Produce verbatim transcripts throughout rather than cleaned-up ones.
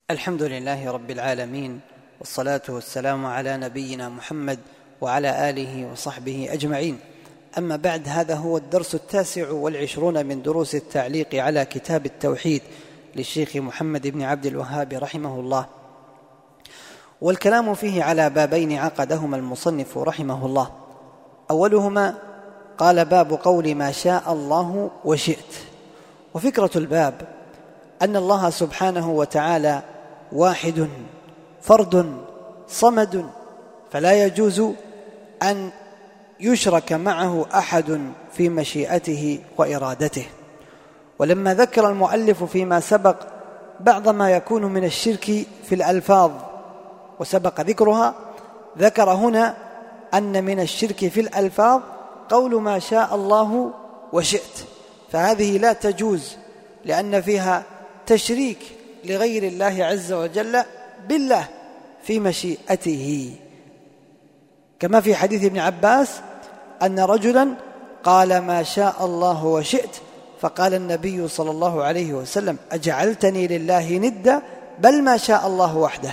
الحمد لله رب العالمين، والصلاة والسلام على نبينا محمد وعلى آله وصحبه أجمعين. أما بعد، هذا هو الدرس التاسع والعشرون من دروس التعليق على كتاب التوحيد للشيخ محمد بن عبد الوهاب رحمه الله، والكلام فيه على بابين عقدهما المصنف رحمه الله. أولهما قال: باب قول ما شاء الله وشئت. وفكرة الباب أن الله سبحانه وتعالى واحد فرد صمد، فلا يجوز أن يشرك معه أحد في مشيئته وإرادته. ولما ذكر المؤلف فيما سبق بعض ما يكون من الشرك في الألفاظ وسبق ذكرها، ذكر هنا أن من الشرك في الألفاظ قول ما شاء الله وشئت، فهذه لا تجوز لأن فيها تشريك لغير الله عز وجل بالله في مشيئته، كما في حديث ابن عباس أن رجلا قال ما شاء الله وشئت، فقال النبي صلى الله عليه وسلم: أجعلتني لله ندا؟ بل ما شاء الله وحده.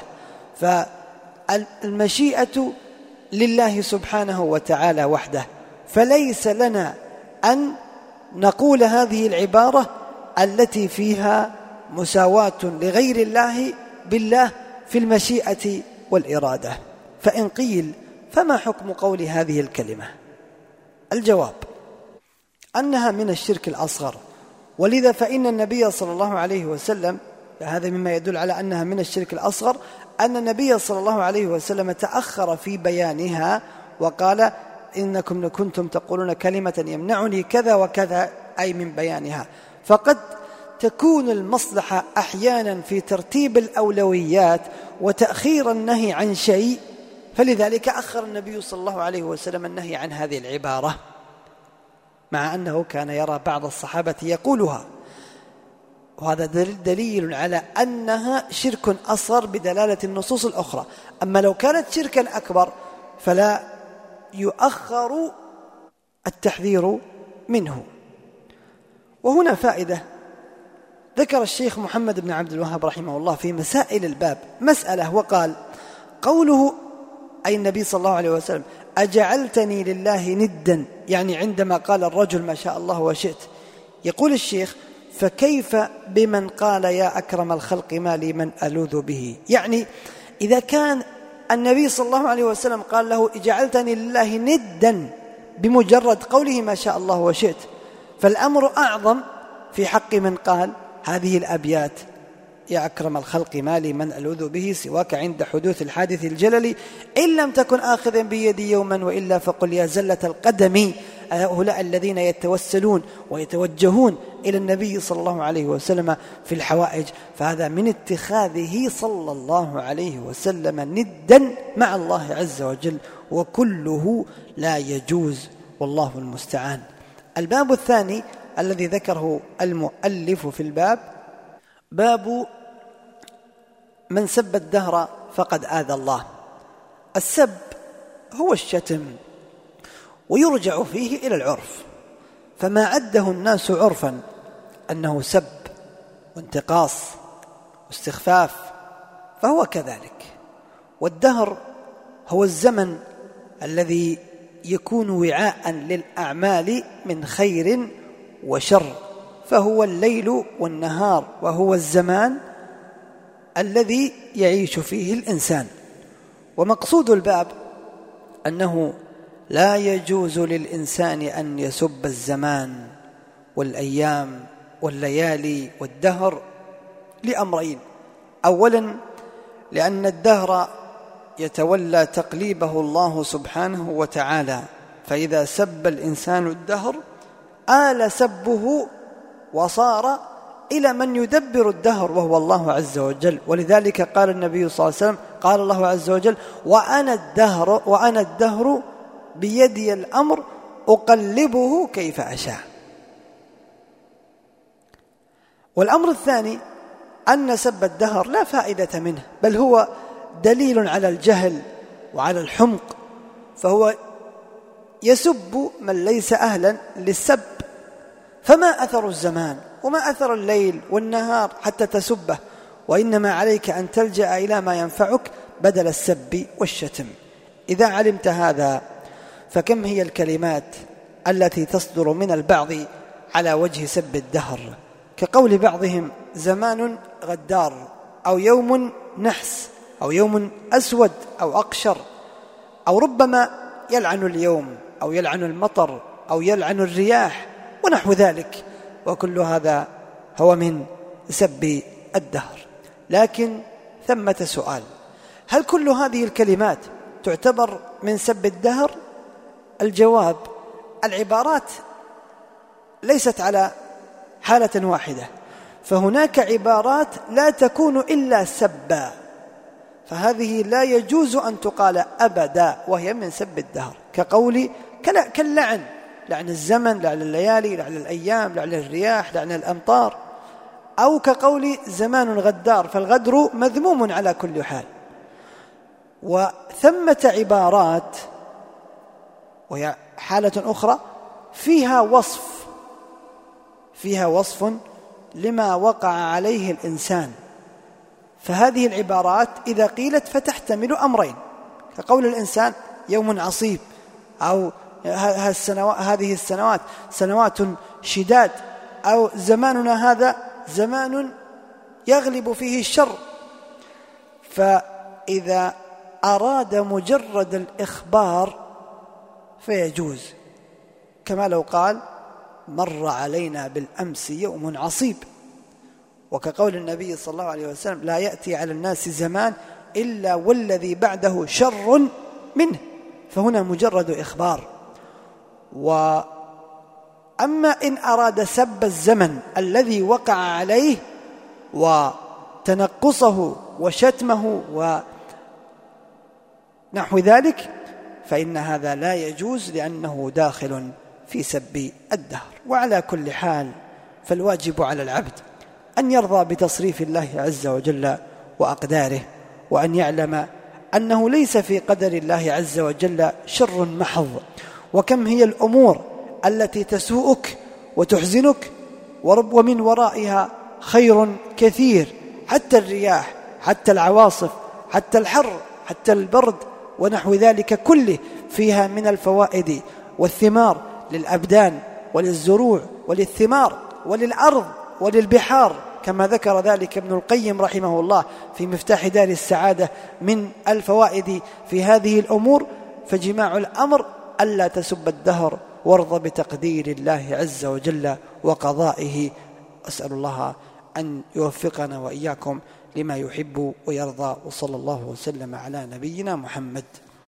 فالمشيئة لله سبحانه وتعالى وحده، فليس لنا أن نقول هذه العبارة التي فيها مساواة لغير الله بالله في المشيئة والإرادة. فإن قيل: فما حكم قول هذه الكلمة؟ الجواب أنها من الشرك الأصغر، ولذا فإن النبي صلى الله عليه وسلم، هذا مما يدل على أنها من الشرك الأصغر، أن النبي صلى الله عليه وسلم تأخر في بيانها وقال: إنكم كنتم تقولون كلمة يمنعني كذا وكذا، أي من بيانها. فقد تكون المصلحة أحيانا في ترتيب الأولويات وتأخير النهي عن شيء، فلذلك أخر النبي صلى الله عليه وسلم النهي عن هذه العبارة، مع أنه كان يرى بعض الصحابة يقولها، وهذا دليل على أنها شرك أصغر بدلالة النصوص الأخرى. أما لو كانت شركا أكبر فلا يؤخر التحذير منه. وهنا فائدة ذكر الشيخ محمد بن عبد الوهاب رحمه الله في مسائل الباب مسألة، وقال: قوله أي النبي صلى الله عليه وسلم أجعلتني لله ندا، يعني عندما قال الرجل ما شاء الله وشئت، يقول الشيخ: فكيف بمن قال يا أكرم الخلق ما لي من ألوذ به؟ يعني إذا كان النبي صلى الله عليه وسلم قال له اجعلتني لله ندا بمجرد قوله ما شاء الله وشئت، فالأمر أعظم في حق من قال هذه الأبيات: يا أكرم الخلق ما لي من ألوذ به سواك عند حدوث الحادث الجلل، إن لم تكن آخذا بيدي يوما وإلا فقل يا زلة القدم. هؤلاء الذين يتوسلون ويتوجهون إلى النبي صلى الله عليه وسلم في الحوائج، فهذا من اتخاذه صلى الله عليه وسلم ندا مع الله عز وجل، وكله لا يجوز، والله المستعان. الباب الثاني الذي ذكره المؤلف في الباب باب من سب الدهر فقد آذى الله. السب هو الشتم، ويرجع فيه إلى العرف، فما عده الناس عرفا أنه سب وانتقاص واستخفاف فهو كذلك. والدهر هو الزمن الذي يكون وعاء للأعمال من خير وشر، فهو الليل والنهار، وهو الزمان الذي يعيش فيه الإنسان. ومقصود الباب أنه لا يجوز للإنسان أن يسب الزمان والأيام والليالي والدهر لأمرين: أولا لأن الدهر يتولى تقليبه الله سبحانه وتعالى، فإذا سب الإنسان الدهر آل سبه وصار إلى من يدبر الدهر وهو الله عز وجل. ولذلك قال النبي صلى الله عليه وسلم، قال الله عز وجل: وأنا الدهر وأنا الدهر بيدي الأمر أقلبه كيف أشاء. والأمر الثاني أن سب الدهر لا فائدة منه، بل هو دليل على الجهل وعلى الحمق، فهو يسب من ليس أهلا للسب. فما أثر الزمان وما أثر الليل والنهار حتى تسبه؟ وإنما عليك أن تلجأ إلى ما ينفعك بدل السب والشتم. إذا علمت هذا فكم هي الكلمات التي تصدر من البعض على وجه سب الدهر، كقول بعضهم زمان غدار، أو يوم نحس، أو يوم أسود أو أقشر، أو ربما يلعن اليوم أو يلعن المطر أو يلعن الرياح ونحو ذلك، وكل هذا هو من سب الدهر. لكن ثمة سؤال: هل كل هذه الكلمات تعتبر من سب الدهر؟ الجواب: العبارات ليست على حالة واحدة، فهناك عبارات لا تكون إلا سبا، فهذه لا يجوز أن تقال أبدا وهي من سب الدهر، كقول كاللعن، لعن الزمن، لعن الليالي، لعن الأيام، لعن الرياح، لعن الأمطار، أو كقول زمان غدار، فالغدر مذموم على كل حال. وثمة عبارات وهي حالة أخرى فيها وصف فيها وصف لما وقع عليه الإنسان، فهذه العبارات إذا قيلت فتحتمل أمرين، كقول الإنسان يوم عصيب، أو هذه السنوات سنوات شداد، أو زماننا هذا زمان يغلب فيه الشر. فإذا أراد مجرد الإخبار فيجوز، كما لو قال مر علينا بالأمس يوم عصيب، وكقول النبي صلى الله عليه وسلم لا يأتي على الناس زمان إلا والذي بعده شر منه، فهنا مجرد إخبار. وأما إن أراد سب الزمن الذي وقع عليه وتنقصه وشتمه ونحو ذلك فإن هذا لا يجوز، لأنه داخل في سب الدهر. وعلى كل حال فالواجب على العبد أن يرضى بتصريف الله عز وجل وأقداره، وأن يعلم أنه ليس في قدر الله عز وجل شر محض. وكم هي الأمور التي تسوءك وتحزنك ومن ورائها خير كثير، حتى الرياح، حتى العواصف، حتى الحر، حتى البرد ونحو ذلك كله فيها من الفوائد والثمار للأبدان وللزروع وللثمار وللأرض وللبحار، كما ذكر ذلك ابن القيم رحمه الله في مفتاح دار السعادة من الفوائد في هذه الأمور. فجماع الأمر ألا تسب الدهر، وارض بتقدير الله عز وجل وقضائه. أسأل الله أن يوفقنا وإياكم لما يحب ويرضى، وصلى الله وسلم على نبينا محمد.